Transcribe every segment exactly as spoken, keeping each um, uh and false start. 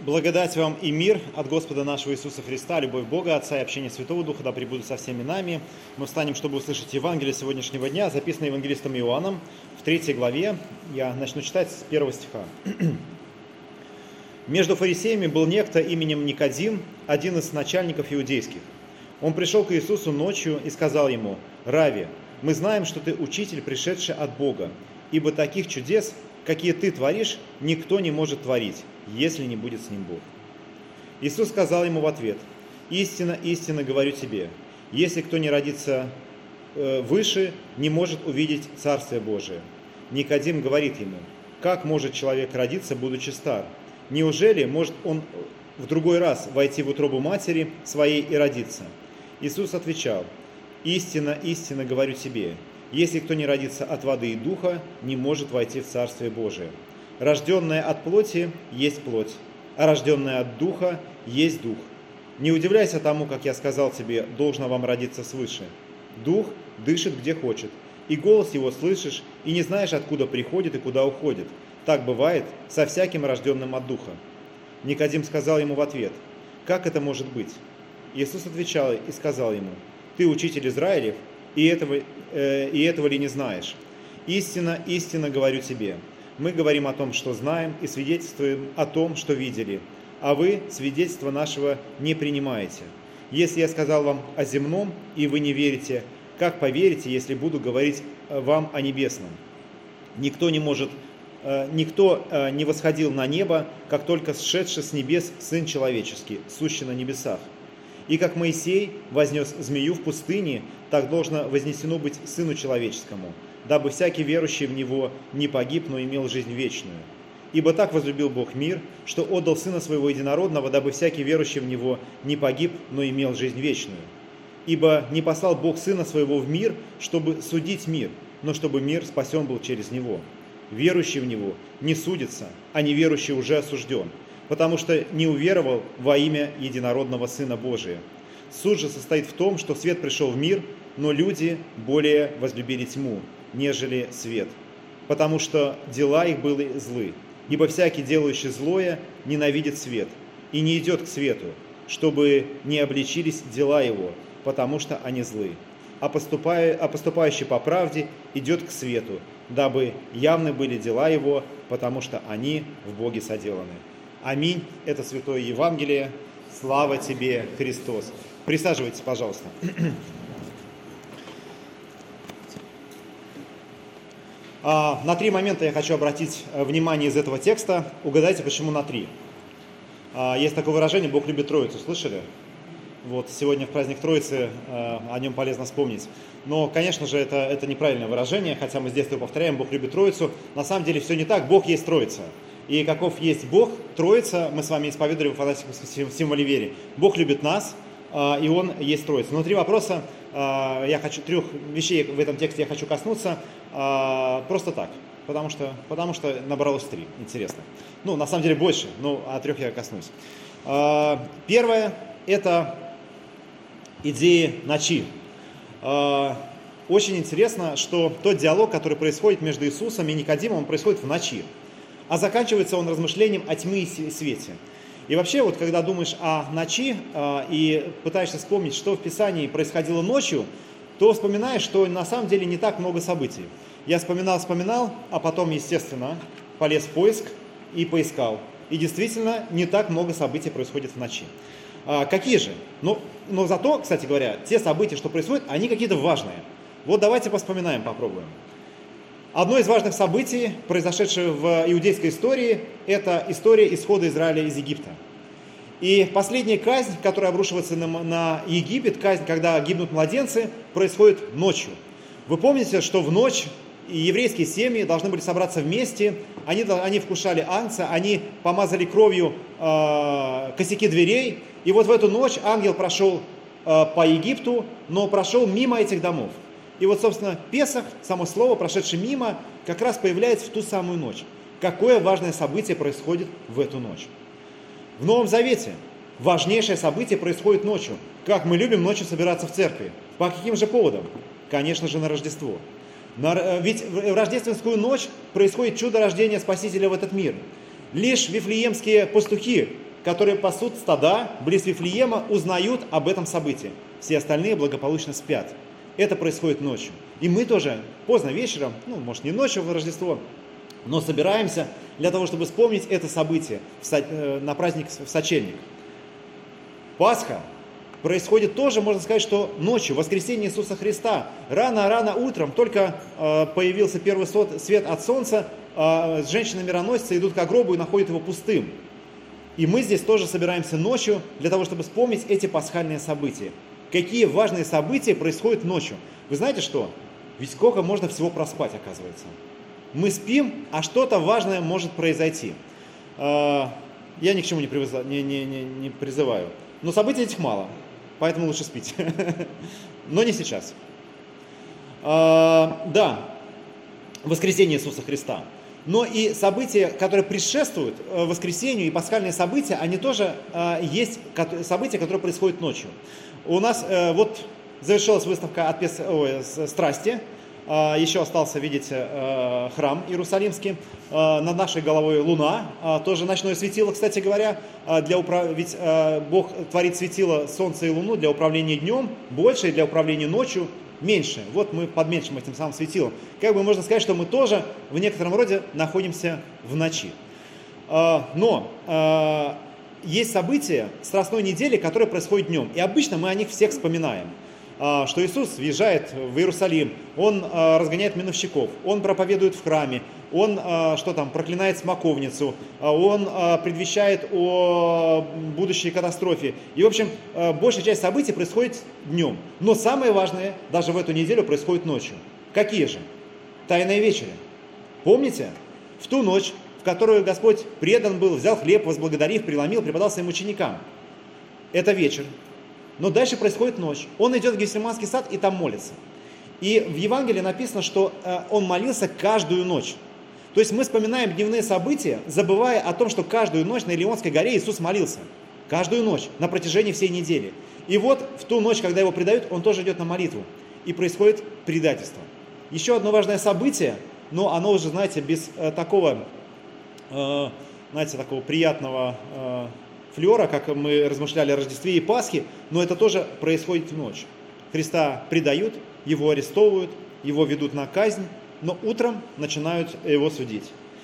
Благодать вам и мир от Господа нашего Иисуса Христа, любовь Бога, Отца и общение Святого Духа да пребудут со всеми нами. Мы встанем, чтобы услышать Евангелие сегодняшнего дня, записанное Евангелистом Иоанном в третьей главе. Я начну читать с первого стиха. «Между фарисеями был некто именем Никодим, один из начальников иудейских. Он пришел к Иисусу ночью и сказал ему: „Рави, мы знаем, что ты учитель, пришедший от Бога, ибо таких чудес, какие ты творишь, никто не может творить, если не будет с ним Бог“. Иисус сказал ему в ответ: „Истинно, истинно говорю тебе, если кто не родится э, выше, не может увидеть Царствие Божие“. Никодим говорит ему: „Как может человек родиться, будучи стар? Неужели может он в другой раз войти в утробу матери своей и родиться?“ Иисус отвечал: „Истинно, истинно говорю тебе, если кто не родится от воды и духа, не может войти в Царствие Божие. Рожденное от плоти есть плоть, а рожденное от духа есть дух. Не удивляйся тому, как я сказал тебе, должно вам родиться свыше. Дух дышит где хочет, и голос его слышишь, и не знаешь, откуда приходит и куда уходит. Так бывает со всяким рожденным от духа“. Никодим сказал ему в ответ: „Как это может быть?“ Иисус отвечал и сказал ему: „Ты учитель Израилев, и этого, э, и этого ли не знаешь? Истинно, истинно говорю тебе, мы говорим о том, что знаем, и свидетельствуем о том, что видели, а вы свидетельства нашего не принимаете. Если я сказал вам о земном, и вы не верите, как поверите, если буду говорить вам о небесном? Никто не может, э, никто э, не восходил на небо, как только сшедший с небес Сын Человеческий, сущий на небесах. И как Моисей вознес змею в пустыне, так должно вознесено быть Сыну Человеческому, дабы всякий верующий в Него не погиб, но имел жизнь вечную. Ибо так возлюбил Бог мир, что отдал Сына Своего Единородного, дабы всякий верующий в Него не погиб, но имел жизнь вечную. Ибо не послал Бог Сына Своего в мир, чтобы судить мир, но чтобы мир спасен был через Него. Верующий в Него не судится, а неверующий уже осужден, потому что не уверовал во имя Единородного Сына Божия. Суд же состоит в том, что свет пришел в мир, но люди более возлюбили тьму, нежели свет, потому что дела их были злы. Ибо всякий, делающий злое, ненавидит свет и не идет к свету, чтобы не обличились дела его, потому что они злы. А, поступая, а поступающий по правде идет к свету, дабы явны были дела его, потому что они в Боге соделаны. Аминь. Это Святое Евангелие. Слава тебе, Христос. Присаживайтесь, пожалуйста. На три момента я хочу обратить внимание из этого текста. Угадайте, почему на три. Есть такое выражение: Бог любит Троицу. Слышали? Вот сегодня в праздник Троицы о нем полезно вспомнить. Но, конечно же, это, это неправильное выражение, хотя мы с детства повторяем: Бог любит Троицу. На самом деле все не так. Бог есть Троица. И каков есть Бог, Троица, мы с вами исповедовали в фанатическом символе веры. Бог любит нас, и Он есть Троица. Но три вопроса, я хочу, трех вещей в этом тексте я хочу коснуться просто так, потому что, потому что набралось три. Интересно. Ну, на самом деле больше, но о трех я коснусь. Первое – это идеи ночи. Очень интересно, что тот диалог, который происходит между Иисусом и Никодимом, он происходит в ночи. А заканчивается он размышлением о тьме и свете. И вообще, вот когда думаешь о ночи э, и пытаешься вспомнить, что в Писании происходило ночью, то вспоминаешь, что на самом деле не так много событий. Я вспоминал, вспоминал, а потом, естественно, полез в поиск и поискал. И действительно, не так много событий происходит в ночи. А какие же? Ну, но зато, кстати говоря, те события, что происходят, они какие-то важные. Вот давайте поспоминаем, попробуем. Одно из важных событий, произошедшее в иудейской истории, это история исхода Израиля из Египта. И последняя казнь, которая обрушивается на, на Египет, казнь, когда гибнут младенцы, происходит ночью. Вы помните, что в ночь еврейские семьи должны были собраться вместе, они, они вкушали агнца, они помазали кровью э, косяки дверей, и вот в эту ночь ангел прошел э, по Египту, но прошел мимо этих домов. И вот, собственно, Песах, само слово, прошедшее мимо, как раз появляется в ту самую ночь. Какое важное событие происходит в эту ночь? В Новом Завете важнейшее событие происходит ночью. Как мы любим ночью собираться в церкви. По каким же поводам? Конечно же, на Рождество. На, ведь в рождественскую ночь происходит чудо рождения Спасителя в этот мир. Лишь вифлеемские пастухи, которые пасут стада близ Вифлеема, узнают об этом событии. Все остальные благополучно спят. Это происходит ночью. И мы тоже поздно вечером, ну, может, не ночью в Рождество, но собираемся для того, чтобы вспомнить это событие на праздник в сочельник. Пасха происходит тоже, можно сказать, что ночью, в воскресенье Иисуса Христа. Рано-рано утром только появился первый свет от солнца, женщины-мироносицы идут к гробу и находят его пустым. И мы здесь тоже собираемся ночью для того, чтобы вспомнить эти пасхальные события. Какие важные события происходят ночью. Вы знаете что? Ведь сколько можно всего проспать, оказывается. Мы спим, а что-то важное может произойти. Я ни к чему не, привыза, не, не, не, не призываю. Но событий этих мало, поэтому лучше спите. Но не сейчас. Да, воскресение Иисуса Христа. Но и события, которые предшествуют воскресению, и пасхальные события, они тоже есть события, которые происходят ночью. У нас вот завершилась выставка от пес... Ой, «Страсти». Еще остался, видите, храм Иерусалимский. Над нашей головой луна, тоже ночное светило, кстати говоря. Для управ... Ведь Бог творит светило, солнце и луну для управления днем больше, и для управления ночью меньше. Вот мы под меньшим этим самым светилом. Как бы можно сказать, что мы тоже в некотором роде находимся в ночи. Но есть события Страстной недели, которые происходят днем. И обычно мы о них всех вспоминаем. Что Иисус въезжает в Иерусалим, Он разгоняет миновщиков, Он проповедует в храме, Он что там, проклинает смоковницу, Он предвещает о будущей катастрофе. И, в общем, большая часть событий происходит днем. Но самое важное даже в эту неделю происходит ночью. Какие же? Тайная вечеря. Помните? В ту ночь, в которую Господь предан был, взял хлеб, возблагодарив, преломил, преподал своим ученикам. Это вечер. Но дальше происходит ночь. Он идет в Гефсиманский сад и там молится. И в Евангелии написано, что он молился каждую ночь. То есть мы вспоминаем дневные события, забывая о том, что каждую ночь на Илионской горе Иисус молился. Каждую ночь, на протяжении всей недели. И вот в ту ночь, когда его предают, он тоже идет на молитву. И происходит предательство. Еще одно важное событие, но оно уже, знаете, без э, такого, э, знаете, такого приятного э, флера, как мы размышляли о Рождестве и Пасхе, но это тоже происходит в ночь. Христа предают, его арестовывают, его ведут на казнь, но утром начинают его судить.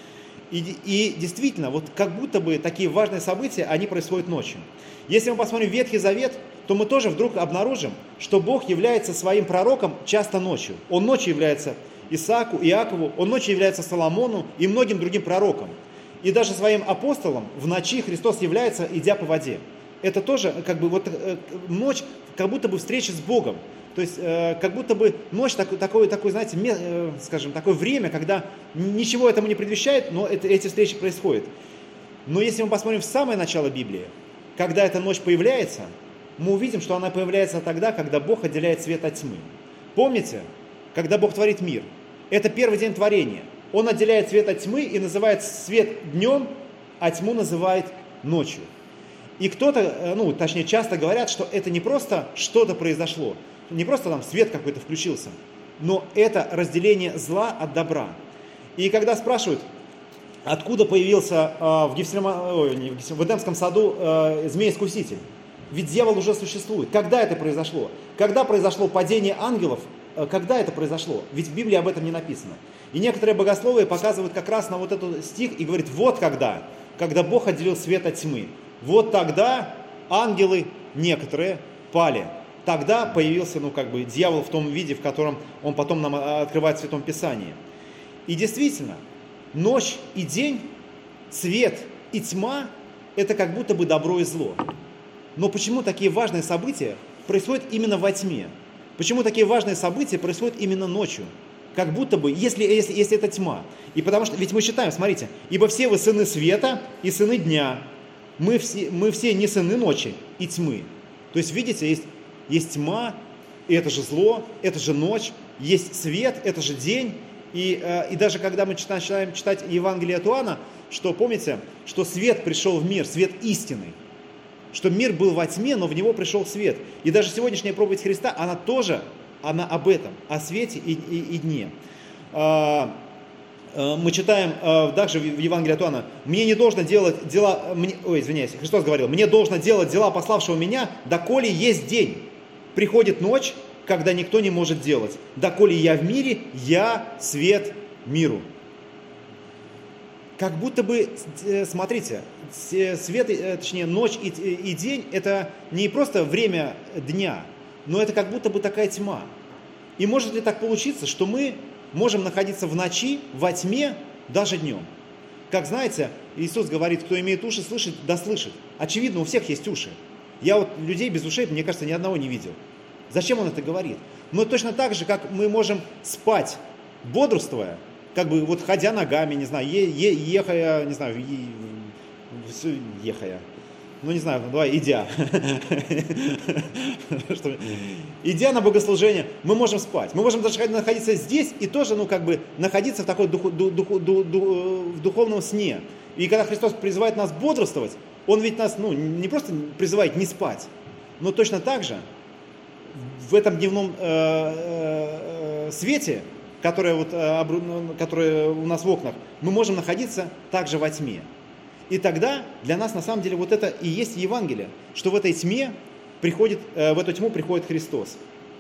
И, и действительно, вот как будто бы такие важные события, они происходят ночью. Если мы посмотрим Ветхий Завет, то мы тоже вдруг обнаружим, что Бог является своим пророком часто ночью. Он ночью является Исааку, Иакову, он ночью является Соломону и многим другим пророкам. И даже своим апостолам в ночи Христос является, идя по воде. Это тоже как бы вот ночь, как будто бы встреча с Богом. То есть как будто бы ночь, такое, такое, такое знаете, скажем, такое время, когда ничего этому не предвещает, но это, эти встречи происходят. Но если мы посмотрим в самое начало Библии, когда эта ночь появляется, мы увидим, что она появляется тогда, когда Бог отделяет свет от тьмы. Помните, когда Бог творит мир? Это первый день творения. Он отделяет свет от тьмы и называет свет днем, а тьму называет ночью. И кто-то, ну, точнее, часто говорят, что это не просто что-то произошло, не просто там свет какой-то включился, но это разделение зла от добра. И когда спрашивают, откуда появился э, в, Гефсима, ой, не, в Эдемском саду э, змей-искуситель, ведь дьявол уже существует. Когда это произошло? Когда произошло падение ангелов? Э, когда это произошло? Ведь в Библии об этом не написано. И некоторые богословы показывают как раз на вот этот стих и говорят, вот когда, когда Бог отделил свет от тьмы. Вот тогда ангелы некоторые пали. Тогда появился, ну, как бы, дьявол в том виде, в котором он потом нам открывает в Святом Писании. И действительно, ночь и день, свет и тьма – это как будто бы добро и зло. Но почему такие важные события происходят именно во тьме? Почему такие важные события происходят именно ночью? Как будто бы, если, если, если это тьма. И потому что, ведь мы считаем, смотрите, ибо все вы сыны света и сыны дня. Мы все, мы все не сыны ночи и тьмы. То есть, видите, есть, есть тьма, и это же зло, это же ночь, есть свет, это же день. И, э, и даже когда мы читаем, начинаем читать Евангелие от Иоанна, что, помните, что свет пришел в мир, свет истины. Что мир был во тьме, но в него пришел свет. И даже сегодняшняя проповедь Христа, она тоже, она об этом, о свете и, и, и дне. Мы читаем также в Евангелии от Иоанна: «Мне не должно делать дела...» мне, Ой, извиняюсь, Христос говорил: «Мне должно делать дела пославшего меня, доколе есть день. Приходит ночь, когда никто не может делать. Доколе я в мире, я свет миру». Как будто бы, смотрите, свет, точнее, ночь и, и день – это не просто время дня, но это как будто бы такая тьма. И может ли так получиться, что мы можем находиться в ночи, во тьме, даже днем? Как знаете, Иисус говорит: кто имеет уши слышать, да слышит. Очевидно, у всех есть уши. Я вот людей без ушей, мне кажется, ни одного не видел. Зачем он это говорит? Но точно так же, как мы можем спать, бодрствуя, как бы вот ходя ногами, не знаю, е, е, ехая, не знаю, е, ехая, ну не знаю, давай, идя, идя на богослужение, мы можем спать, мы можем даже находиться здесь и тоже, ну как бы, находиться в такой духу, духу, духу, в духовном сне. И когда Христос призывает нас бодрствовать, Он ведь нас, ну, не просто призывает не спать, но точно так же в этом дневном э, э, свете, которое, вот, э, которое у нас в окнах, мы можем находиться также во тьме. И тогда для нас на самом деле вот это и есть Евангелие, что в этой тьме приходит, в эту тьму приходит Христос.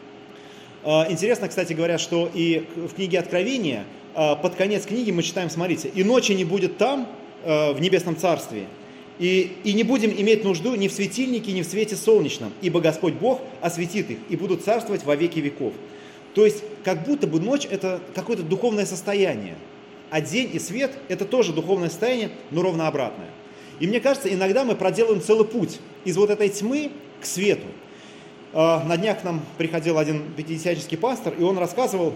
Интересно, кстати говоря, что и в книге Откровения, под конец книги мы читаем, смотрите: «И ночи не будет там, в небесном царстве, и, и не будем иметь нужду ни в светильнике, ни в свете солнечном, ибо Господь Бог осветит их, и будут царствовать во веки веков». То есть, как будто бы ночь – это какое-то духовное состояние. А день и свет – это тоже духовное состояние, но ровно обратное. И мне кажется, иногда мы проделаем целый путь из вот этой тьмы к свету. На днях к нам приходил один пятидесятнический пастор, и он рассказывал,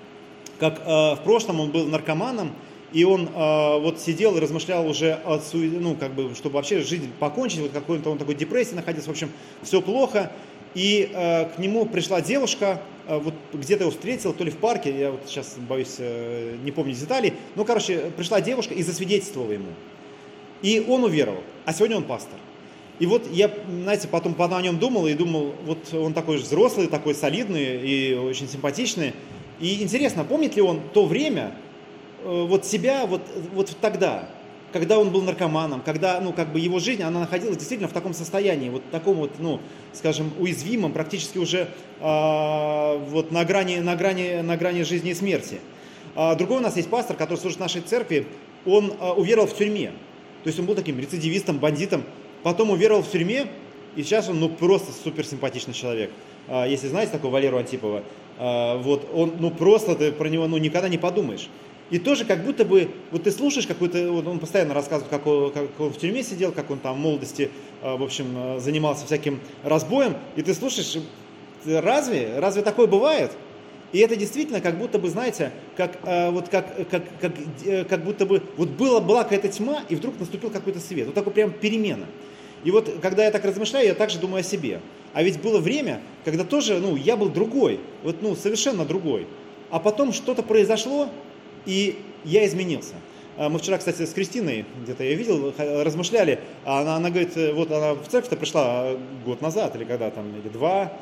как в прошлом он был наркоманом, и он вот сидел и размышлял уже, о, ну, как бы, чтобы вообще жизнь покончить, вот какой-то он такой депрессии находился, в общем, все плохо. И э, к нему пришла девушка, э, вот где-то его встретил, то ли в парке, я вот сейчас боюсь, э, не помню деталей, но, короче, пришла девушка и засвидетельствовала ему. И он уверовал, а сегодня он пастор. И вот я, знаете, потом о нем думал, и думал, вот он такой же взрослый, такой солидный и очень симпатичный. И интересно, помнит ли он то время, э, вот себя вот, вот тогда, когда он был наркоманом, когда, ну, как бы его жизнь, она находилась действительно в таком состоянии, вот таком вот, ну, скажем, уязвимом, практически уже э, вот на грани, на грани, на грани жизни и смерти. А другой у нас есть пастор, который служит в нашей церкви, он э, уверовал в тюрьме, то есть он был таким рецидивистом, бандитом, потом уверовал в тюрьме, и сейчас он, ну, просто суперсимпатичный человек. А, если знаете такого Валеру Антипова, а, вот, он, ну, просто ты про него, ну, никогда не подумаешь. И тоже как будто бы, вот ты слушаешь какой-то, вот он постоянно рассказывает, как он, как он в тюрьме сидел, как он там в молодости, в общем, занимался всяким разбоем, и ты слушаешь, разве, разве такое бывает? И это действительно как будто бы, знаете, как, вот как, как, как, как будто бы, вот была, была какая-то тьма, и вдруг наступил какой-то свет, вот такой прям перемена. И вот когда я так размышляю, я также думаю о себе. А ведь было время, когда тоже, ну, я был другой, вот, ну, совершенно другой. А потом что-то произошло, и я изменился. Мы вчера, кстати, с Кристиной, где-то я видел, размышляли, она, она говорит, вот она в церковь-то пришла год назад, или когда там, или два,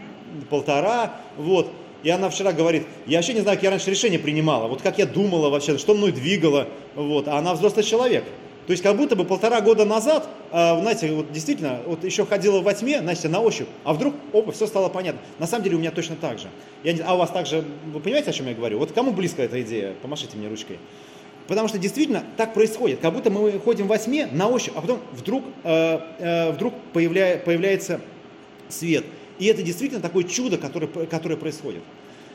полтора, вот, и она вчера говорит, я вообще не знаю, как я раньше решения принимала, вот как я думала вообще, что мной двигало, вот, а она взрослый человек. То есть как будто бы полтора года назад, знаете, вот действительно, вот еще ходила во тьме, знаете, на ощупь, а вдруг, опа, все стало понятно. На самом деле у меня точно так же. Я не, а у вас также, вы понимаете, о чем я говорю? Вот кому близко эта идея? Помашите мне ручкой. Потому что действительно так происходит. Как будто мы ходим во тьме на ощупь, а потом вдруг, э, э, вдруг появля, появляется свет. И это действительно такое чудо, которое, которое происходит.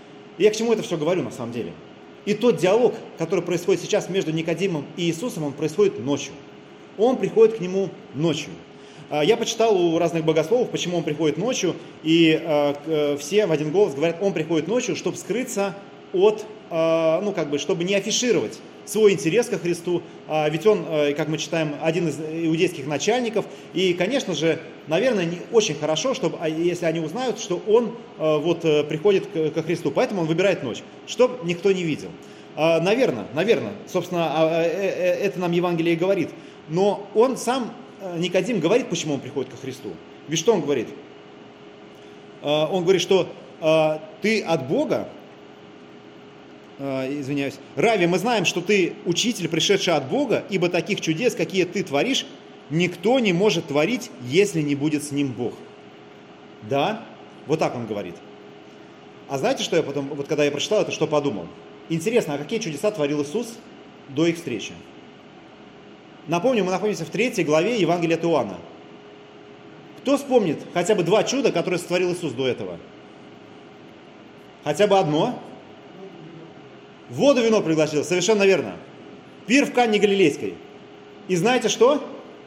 И я к чему это все говорю на самом деле? И тот диалог, который происходит сейчас между Никодимом и Иисусом, он происходит ночью. Он приходит к нему ночью. Я почитал у разных богословов, почему он приходит ночью, и все в один голос говорят, он приходит ночью, чтобы скрыться от, ну как бы, чтобы не афишировать свой интерес ко Христу, ведь он, как мы читаем, один из иудейских начальников, и, конечно же, наверное, не очень хорошо, чтобы, если они узнают, что он вот приходит ко Христу, поэтому он выбирает ночь, чтобы никто не видел. Наверное, наверное, собственно, это нам Евангелие и говорит, но он сам, Никодим, говорит, почему он приходит ко Христу. Ведь что он говорит? Он говорит, что ты от Бога, э, извиняюсь, Рави, мы знаем, что ты учитель, пришедший от Бога, ибо таких чудес, какие ты творишь, никто не может творить, если не будет с ним Бог. Да, вот так он говорит. А знаете, что я потом, вот когда я прочитал это, что подумал? Интересно, а какие чудеса творил Иисус до их встречи? Напомню, мы находимся в третьей главе Евангелия от Иоанна. Кто вспомнит хотя бы два чуда, которые сотворил Иисус до этого? Хотя бы одно? Воду вино пригласил, совершенно верно. Пир в Канне Галилейской. И знаете что?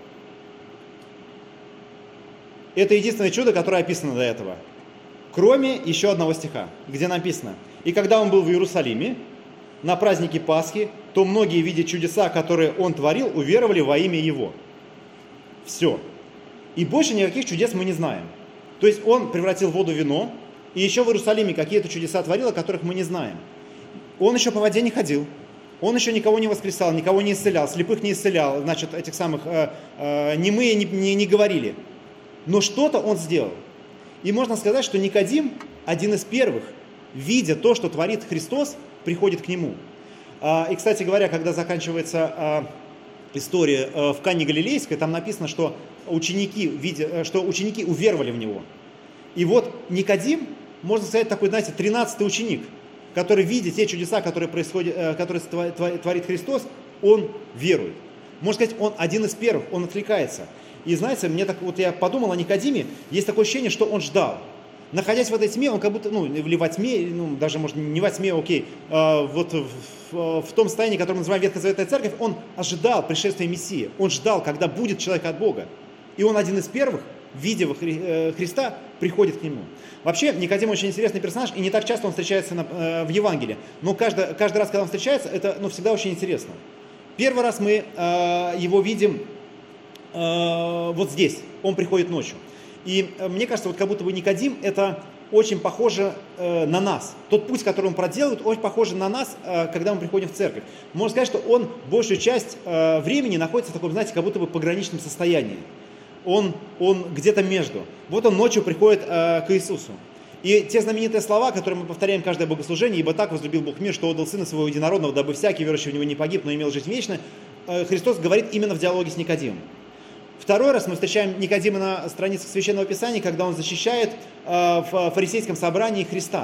Это единственное чудо, которое описано до этого. Кроме еще одного стиха, где написано: «И когда он был в Иерусалиме, на празднике Пасхи, то многие, видя чудеса, которые он творил, уверовали во имя его». Все. И больше никаких чудес мы не знаем. То есть он превратил воду в вино, и еще в Иерусалиме какие-то чудеса творил, о которых мы не знаем. Он еще по воде не ходил, он еще никого не воскресал, никого не исцелял, слепых не исцелял, значит, этих самых э, э, немые не, не, не говорили. Но что-то он сделал. И можно сказать, что Никодим, один из первых, видя то, что творит Христос, приходит к нему. И, кстати говоря, когда заканчивается история в Канне Галилейской, там написано, что ученики, видя, что ученики уверовали в него. И вот Никодим, можно сказать, такой, знаете, тринадцатый ученик, который, видя те чудеса, которые, происходят, которые творит Христос, он верует. Можно сказать, он один из первых, он отвлекается. И знаете, мне так вот я подумал о Никодиме, есть такое ощущение, что он ждал. Находясь в этой тьме, он как будто, ну, или во тьме, ну, даже, может, не во тьме, окей, а, вот в, в, в том состоянии, которое мы называем Ветхозаветная Церковь, он ожидал пришествия Мессии, он ждал, когда будет человек от Бога. И он один из первых, видя Хри, Христа, приходит к нему. Вообще, Никодим очень интересный персонаж, и не так часто он встречается на, э, в Евангелии, но каждый, каждый раз, когда он встречается, это, ну, всегда очень интересно. Первый раз мы э, его видим э, вот здесь, он приходит ночью. И мне кажется, вот как будто бы Никодим это очень похоже э, на нас. Тот путь, который он проделывает, очень похож на нас, э, когда мы приходим в церковь. Можно сказать, что он большую часть э, времени находится в таком, знаете, как будто бы пограничном состоянии. Он, он где-то между. Вот он ночью приходит э, к Иисусу. И те знаменитые слова, которые мы повторяем каждое богослужение: «Ибо так возлюбил Бог мир, что отдал Сына Своего Единородного, дабы всякий, верующий в Него, не погиб, но имел жизнь вечную», э, Христос говорит именно в диалоге с Никодимом. Второй раз мы встречаем Никодима на страницах Священного Писания, когда он защищает э, в фарисейском собрании Христа.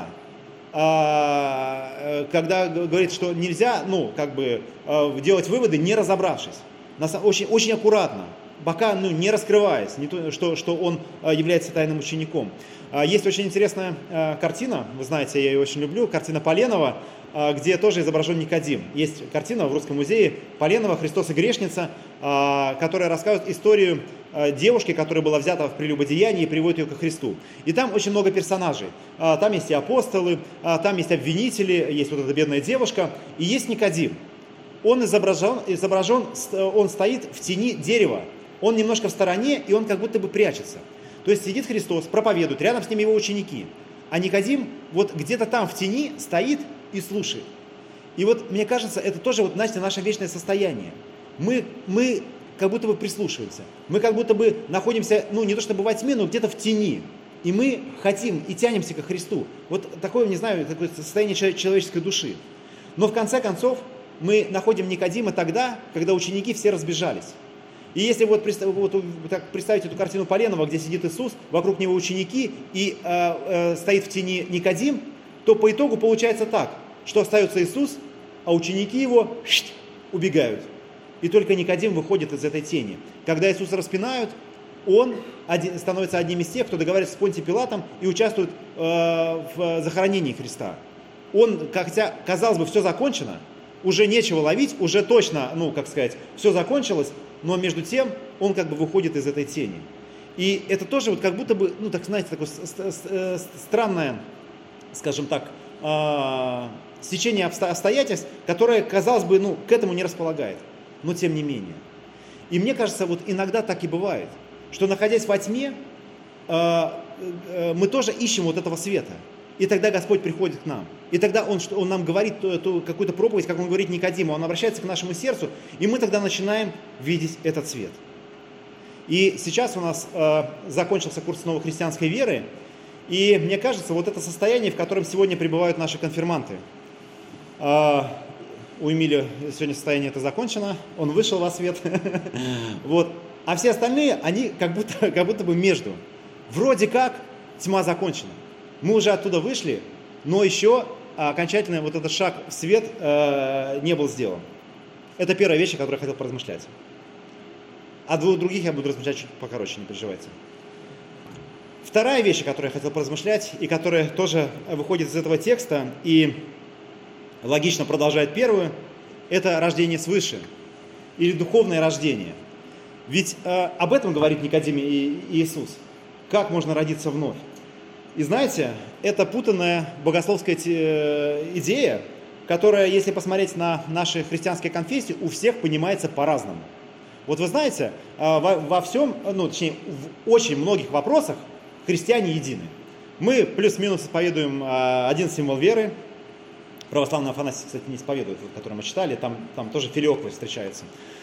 Э, когда говорит, что нельзя, ну, как бы, э, делать выводы, не разобравшись. Очень, очень аккуратно, пока, ну, не раскрываясь, не то, что, что он является тайным учеником. Есть очень интересная э, картина, вы знаете, я ее очень люблю, картина Поленова, э, где тоже изображен Никодим. Есть картина в Русском музее Поленова «Христос и грешница», э, которая рассказывает историю э, девушки, которая была взята в прелюбодеянии, и приводит ее ко Христу. И там очень много персонажей. Э, там есть и апостолы, э, там есть обвинители, есть вот эта бедная девушка, и есть Никодим. Он изображен, изображен, он стоит в тени дерева, он немножко в стороне, и он как будто бы прячется. То есть сидит Христос, проповедует, рядом с ним его ученики. А Никодим вот где-то там в тени стоит и слушает. И вот мне кажется, это тоже вот, знаете, наше вечное состояние. Мы, мы как будто бы прислушиваемся. Мы как будто бы находимся, ну не то чтобы во тьме, но где-то в тени. И мы хотим и тянемся ко Христу. Вот такое, не знаю, такое состояние человеческой души. Но в конце концов мы находим Никодима тогда, когда ученики все разбежались. И если вот, вот так представить эту картину Поленова, где сидит Иисус, вокруг него ученики, и э, э, стоит в тени Никодим, то по итогу получается так, что остается Иисус, а ученики его шт, убегают. И только Никодим выходит из этой тени. Когда Иисуса распинают, он один, становится одним из тех, кто договаривается с Понтием Пилатом и участвует э, в захоронении Христа. Он, хотя, казалось бы, все закончено, уже нечего ловить, уже точно, ну, как сказать, все закончилось, но между тем он как бы выходит из этой тени. И это тоже вот как будто бы, ну, так знаете, такое странное, скажем так, стечение обстоятельств, которое, казалось бы, ну, к этому не располагает, но тем не менее. И мне кажется, вот иногда так и бывает, что, находясь во тьме, мы тоже ищем вот этого света. И тогда Господь приходит к нам. И тогда Он, он нам говорит ту, ту, какую-то проповедь, как Он говорит Никодиму. Он обращается к нашему сердцу, и мы тогда начинаем видеть этот свет. И сейчас у нас э, закончился курс новохристианской веры. И мне кажется, вот это состояние, в котором сегодня пребывают наши конфирманты. А, у Эмиля сегодня состояние это закончено, он вышел во свет. Вот. А все остальные, они как будто, как будто бы между. Вроде как тьма закончена. Мы уже оттуда вышли, но еще окончательно вот этот шаг в свет э, не был сделан. Это первая вещь, о которой я хотел поразмышлять. А двух других я буду размышлять чуть покороче, не переживайте. Вторая вещь, о которой я хотел поразмышлять, и которая тоже выходит из этого текста и логично продолжает первую, это рождение свыше или духовное рождение. Ведь э, об этом говорит Никодим и Иисус. Как можно родиться вновь? И знаете, это путанная богословская идея, которая, если посмотреть на наши христианские конфессии, у всех понимается по-разному. Вот вы знаете, во, во всем, ну точнее, в очень многих вопросах христиане едины. Мы плюс-минус исповедуем один символ веры. Православная Афанасий, кстати, не исповедует, который мы читали, там, там тоже филиоквы встречаются.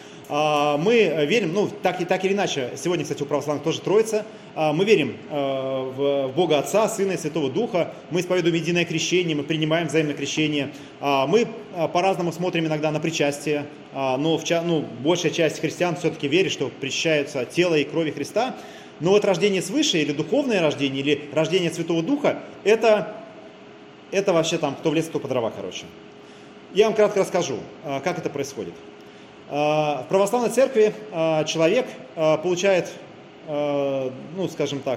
Мы верим, ну так, и, так или иначе, сегодня, кстати, у православных тоже Троица, мы верим в Бога Отца, Сына и Святого Духа, мы исповедуем единое крещение, мы принимаем взаимное крещение, мы по-разному смотрим иногда на причастие, но в, ну, большая часть христиан все-таки верит, что причащаются тело и крови Христа, но вот рождение свыше, или духовное рождение, или рождение Святого Духа, это, это вообще там, кто в лес, кто по дрова, короче. Я вам кратко расскажу, как это происходит. В православной церкви человек получает, ну, скажем так,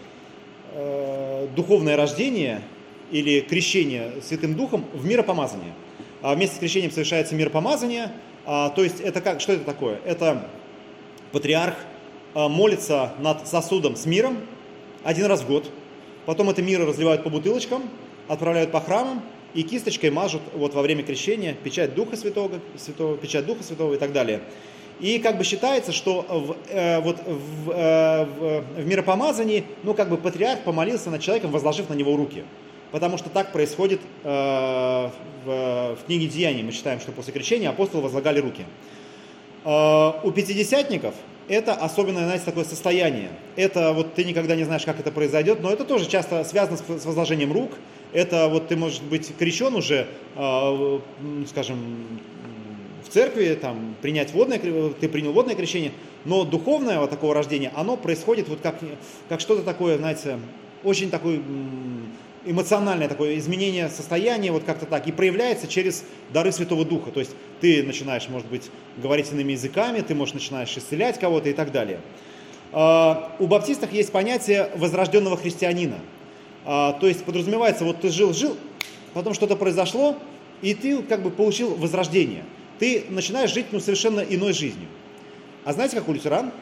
духовное рождение или крещение Святым Духом в миропомазание. Вместе с крещением совершается миропомазание, то есть это как, что это такое? Это патриарх молится над сосудом с миром один раз в год, потом это миро разливают по бутылочкам, отправляют по храмам, и кисточкой мажут вот во время крещения печать Духа Святого, Святого, печать Духа Святого и так далее. И как бы считается, что в, э, вот в, э, в, в миропомазании, ну как бы патриарх помолился над человеком, возложив на него руки. Потому что так происходит э, в, в книге Деяний. Мы читаем, что после крещения апостолы возлагали руки. Э, у пятидесятников это особенное, знаете, такое состояние. Это вот ты никогда не знаешь, как это произойдет, но это тоже часто связано с, с возложением рук. Это вот ты, может быть, крещен уже, э, скажем, в церкви, там, принять водное, ты принял водное крещение, но духовное вот такого рождения, оно происходит вот как, как что-то такое, знаете, очень такое эмоциональное такое изменение состояния, вот как-то так, и проявляется через дары Святого Духа. То есть ты начинаешь, может быть, говорить иными языками, ты, может, начинаешь исцелять кого-то и так далее. Э, у баптистов есть понятие возрожденного христианина. А, то есть подразумевается, вот ты жил-жил, потом что-то произошло, и ты как бы получил возрождение. Ты начинаешь жить, ну, совершенно иной жизнью. А знаете, как у лютеран?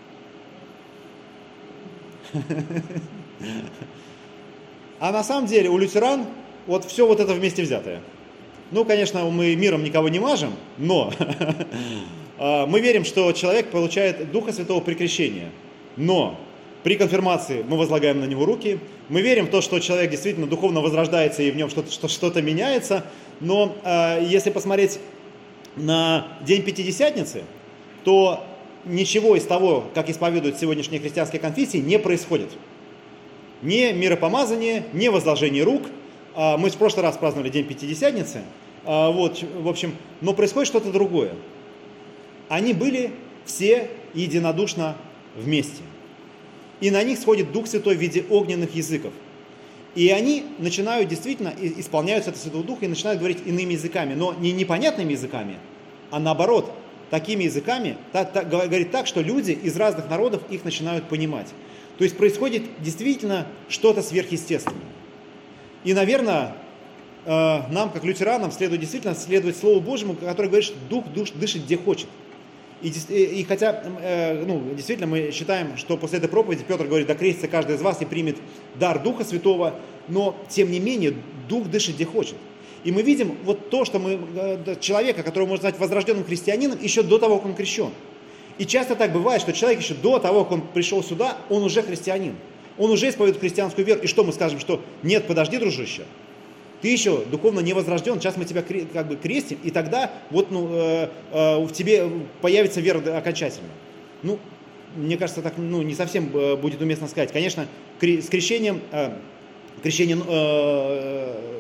А на самом деле у лютеран вот все вот это вместе взятое. Ну, конечно, мы миром никого не мажем, но мы верим, что человек получает Духа Святого при крещении. Но при конфирмации мы возлагаем на него руки. Мы верим в то, что человек действительно духовно возрождается и в нем что-то, что-то меняется. Но э, если посмотреть на День Пятидесятницы, то ничего из того, как исповедуют сегодняшние христианские конфессии, не происходит. Ни миропомазание, ни возложение рук. Э, мы в прошлый раз праздновали День Пятидесятницы. Э, вот, в общем, но происходит что-то другое. Они были все единодушно вместе. И на них сходит Дух Святой в виде огненных языков. И они начинают действительно, исполняются этого Святого Духа и начинают говорить иными языками. Но не непонятными языками, а наоборот, такими языками, так, так, говорит так, что люди из разных народов их начинают понимать. То есть происходит действительно что-то сверхъестественное. И, наверное, нам, как лютеранам, следует действительно следовать Слову Божьему, которое говорит, что Дух душ, дышит где хочет. И, и хотя, э, ну, действительно, мы считаем, что после этой проповеди Петр говорит, да крестится каждый из вас и примет дар Духа Святого, но, тем не менее, Дух дышит где хочет. И мы видим вот то, что мы, э, человека, которого можно назвать возрожденным христианином, еще до того, как он крещен. И часто так бывает, что человек еще до того, как он пришел сюда, он уже христианин. Он уже исповедует христианскую веру. И что мы скажем, что нет, подожди, дружище. Ты еще духовно не возрожден, сейчас мы тебя как бы крестим, и тогда вот ну, э, э, в тебе появится вера окончательно. Ну, мне кажется, так ну, не совсем будет уместно сказать. Конечно, с крещением, э, крещение, э, то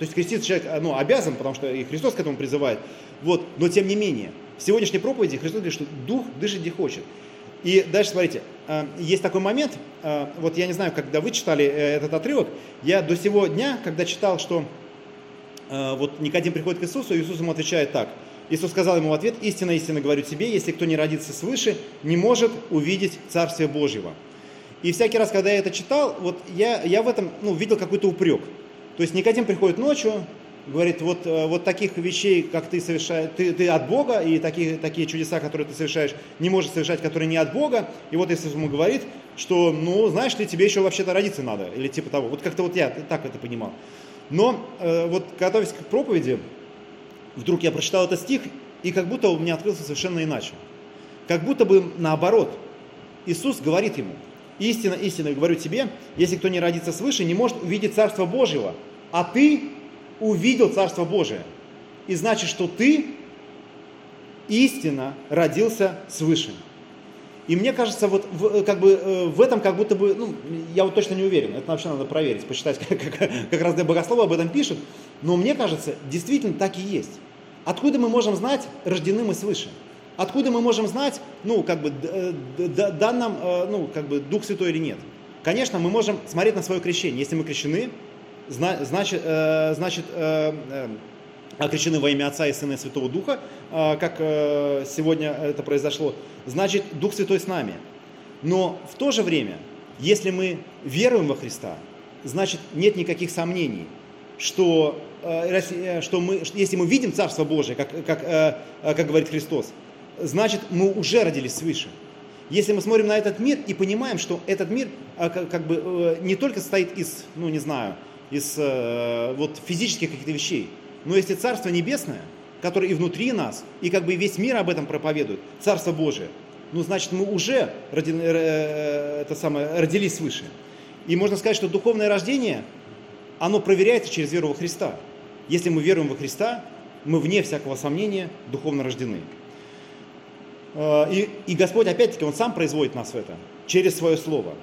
То есть креститься человек ну, обязан, потому что и Христос к этому призывает. Вот. Но тем не менее, в сегодняшней проповеди Христос говорит, что Дух дышит где хочет. И дальше, смотрите, есть такой момент, вот я не знаю, когда вы читали этот отрывок, я до сего дня, когда читал, что вот Никодим приходит к Иисусу, и Иисус ему отвечает так. Иисус сказал ему в ответ: «Истинно, истинно говорю тебе, если кто не родится свыше, не может увидеть Царствие Божьего». И всякий раз, когда я это читал, вот я, я в этом ну, видел какой-то упрек. То есть Никодим приходит ночью, говорит, вот, вот таких вещей, как ты совершаешь, ты, ты от Бога, и такие, такие чудеса, которые ты совершаешь, не можешь совершать, которые не от Бога. И вот Иисус ему говорит, что, ну, знаешь ли, тебе еще вообще-то родиться надо, или типа того. Вот как-то вот я так это понимал. Но э, вот готовясь к проповеди, вдруг я прочитал этот стих, и как будто у меня открылся совершенно иначе. Как будто бы наоборот. Иисус говорит ему: «Истинно, истинно говорю тебе, если кто не родится свыше, не может увидеть Царство Божьего, а ты увидел Царство Божие». И значит, что ты истинно родился свыше. И мне кажется, вот в, как бы, в этом как будто бы, ну, я вот точно не уверен, это вообще надо проверить, почитать, как, как, как раз богословы об этом пишут, но мне кажется, действительно так и есть. Откуда мы можем знать, рождены мы свыше? Откуда мы можем знать, ну, как бы, дан нам, ну, как бы, Дух Святой или нет? Конечно, мы можем смотреть на свое крещение. Если мы крещены, значит, значит окрещены во имя Отца и Сына и Святого Духа, как сегодня это произошло, значит, Дух Святой с нами. Но в то же время, если мы веруем во Христа, значит, нет никаких сомнений, что, что мы, если мы видим Царство Божие, как, как, как говорит Христос, значит, мы уже родились свыше. Если мы смотрим на этот мир и понимаем, что этот мир как бы не только состоит из, ну не знаю, из вот, физических каких-то вещей, но есть и Царство Небесное, которое и внутри нас, и как бы весь мир об этом проповедует, Царство Божие, ну значит, мы уже роди, это самое, родились свыше. И можно сказать, что духовное рождение, оно проверяется через веру во Христа. Если мы веруем во Христа, мы вне всякого сомнения духовно рождены. И, и Господь, опять-таки, Он сам производит нас в это, через Свое Слово.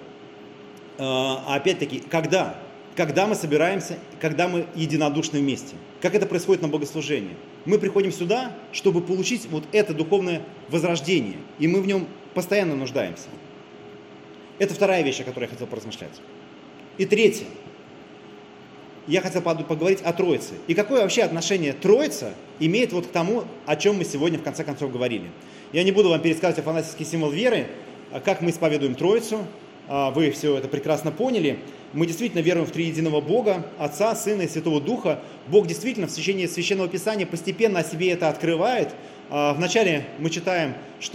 А опять-таки, когда? Когда мы собираемся, когда мы единодушны вместе. Как это происходит на богослужении? Мы приходим сюда, чтобы получить вот это духовное возрождение, и мы в нем постоянно нуждаемся. Это вторая вещь, о которой я хотел поразмышлять. И третье. Я хотел поговорить о Троице. И какое вообще отношение Троица имеет вот к тому, о чем мы сегодня в конце концов говорили. Я не буду вам пересказывать афанасийский символ веры, как мы исповедуем Троицу. Вы все это прекрасно поняли. Мы действительно веруем в триединого Бога, Отца, Сына и Святого Духа. Бог действительно в течение Священного Писания постепенно о себе это открывает. Вначале мы читаем,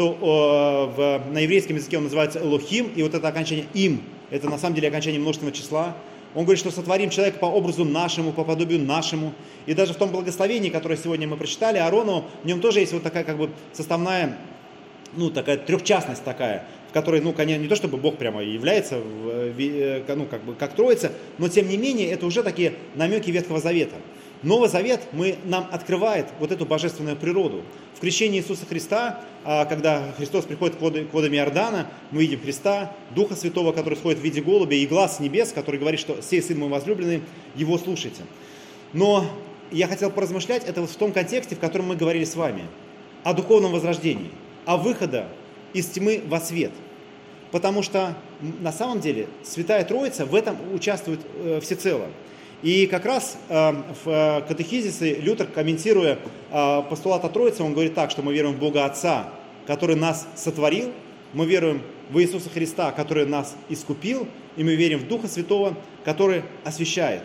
что на еврейском языке он называется Элохим, и вот это окончание «им», это на самом деле окончание множественного числа. Он говорит, что сотворим человека по образу нашему, по подобию нашему. И даже в том благословении, которое сегодня мы прочитали, Аарону, в нем тоже есть вот такая как бы составная, ну такая трехчастность такая, в которой, ну, конечно, не то чтобы Бог прямо является, ну, как бы, как Троица, но тем не менее это уже такие намеки Ветхого Завета. Новый Завет мы, нам открывает вот эту божественную природу. В крещении Иисуса Христа, когда Христос приходит к водам Иордана, мы видим Христа, Духа Святого, который сходит в виде голубя, и глаз с небес, который говорит, что «сей Сын мой возлюбленный, Его слушайте». Но я хотел поразмышлять это вот в том контексте, в котором мы говорили с вами, о духовном возрождении, о выходе из тьмы во свет. Потому что на самом деле Святая Троица в этом участвует всецело. И как раз э, в катехизисе Лютер, комментируя э, постулат о Троице, он говорит так, что мы веруем в Бога Отца, который нас сотворил, мы веруем в Иисуса Христа, который нас искупил, и мы верим в Духа Святого, который освящает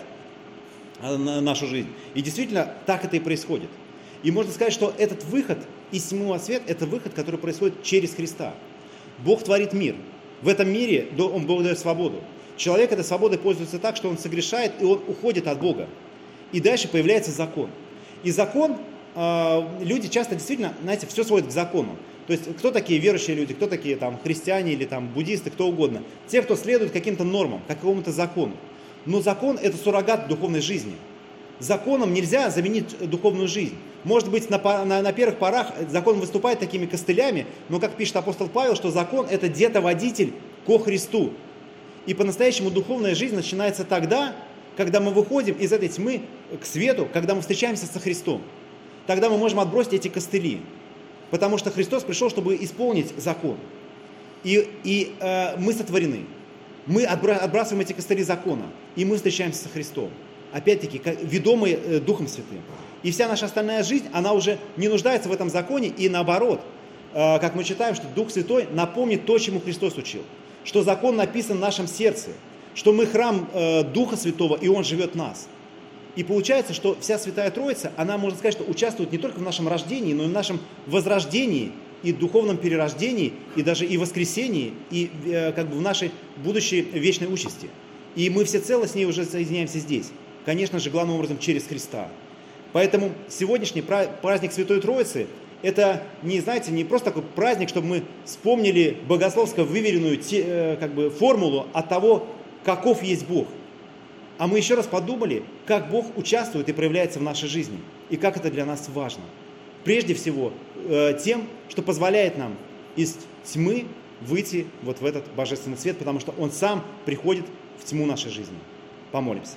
э, нашу жизнь. И действительно, так это и происходит. И можно сказать, что этот выход из тьмы во свет, это выход, который происходит через Христа. Бог творит мир. В этом мире Он Бог дает свободу. Человек этой свободой пользуется так, что он согрешает, и он уходит от Бога. И дальше появляется закон. И закон, э, люди часто действительно, знаете, все сводят к закону. То есть, кто такие верующие люди, кто такие там христиане или там буддисты, кто угодно. Те, кто следует каким-то нормам, какому-то закону. Но закон – это суррогат духовной жизни. Законом нельзя заменить духовную жизнь. Может быть, на, на, на первых порах закон выступает такими костылями, но, как пишет апостол Павел, что закон – это детоводитель ко Христу. И по-настоящему духовная жизнь начинается тогда, когда мы выходим из этой тьмы к свету, когда мы встречаемся со Христом. Тогда мы можем отбросить эти костыли, потому что Христос пришел, чтобы исполнить закон. И, и э, мы сотворены. Мы отбрасываем эти костыли закона, и мы встречаемся со Христом. Опять-таки, как, ведомые э, Духом Святым. И вся наша остальная жизнь, она уже не нуждается в этом законе, и наоборот, э, как мы читаем, что Дух Святой напомнит то, чему Христос учил. Что закон написан в нашем сердце, что мы храм э, Духа Святого, и Он живет в нас. И получается, что вся Святая Троица, она, можно сказать, что участвует не только в нашем рождении, но и в нашем возрождении, и духовном перерождении, и даже и воскресении, и э, как бы в нашей будущей вечной участи. И мы всецело с ней уже соединяемся здесь. Конечно же, главным образом через Христа. Поэтому сегодняшний праздник Святой Троицы, это не, знаете, не просто такой праздник, чтобы мы вспомнили богословско выверенную те, э, как бы, формулу от того, каков есть Бог. А мы еще раз подумали, как Бог участвует и проявляется в нашей жизни, и как это для нас важно. Прежде всего, э, тем, что позволяет нам из тьмы выйти вот в этот божественный свет, потому что Он сам приходит в тьму нашей жизни. Помолимся.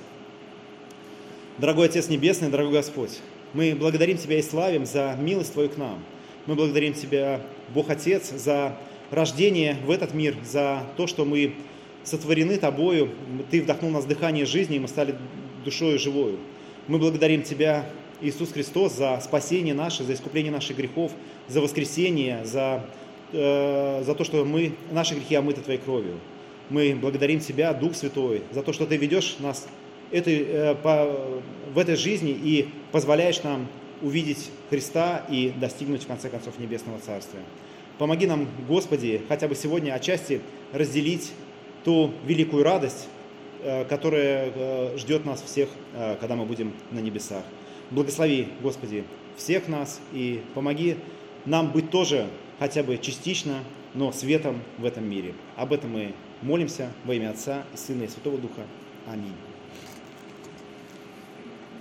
Дорогой Отец Небесный, дорогой Господь, мы благодарим Тебя и славим за милость Твою к нам. Мы благодарим Тебя, Бог Отец, за рождение в этот мир, за то, что мы сотворены Тобою, Ты вдохнул в нас дыхание жизни, и мы стали душою живою. Мы благодарим Тебя, Иисус Христос, за спасение наше, за искупление наших грехов, за воскресение, за, э, за то, что мы, наши грехи омыты Твоей кровью. Мы благодарим Тебя, Дух Святой, за то, что Ты ведешь нас этой, э, по, в этой жизни и позволяешь нам увидеть Христа и достигнуть, в конце концов, Небесного Царствия. Помоги нам, Господи, хотя бы сегодня отчасти разделить ту великую радость, э, которая э, ждет нас всех, э, когда мы будем на небесах. Благослови, Господи, всех нас и помоги нам быть тоже хотя бы частично, но светом в этом мире. Об этом мы молимся во имя Отца и Сына и Святого Духа. Аминь.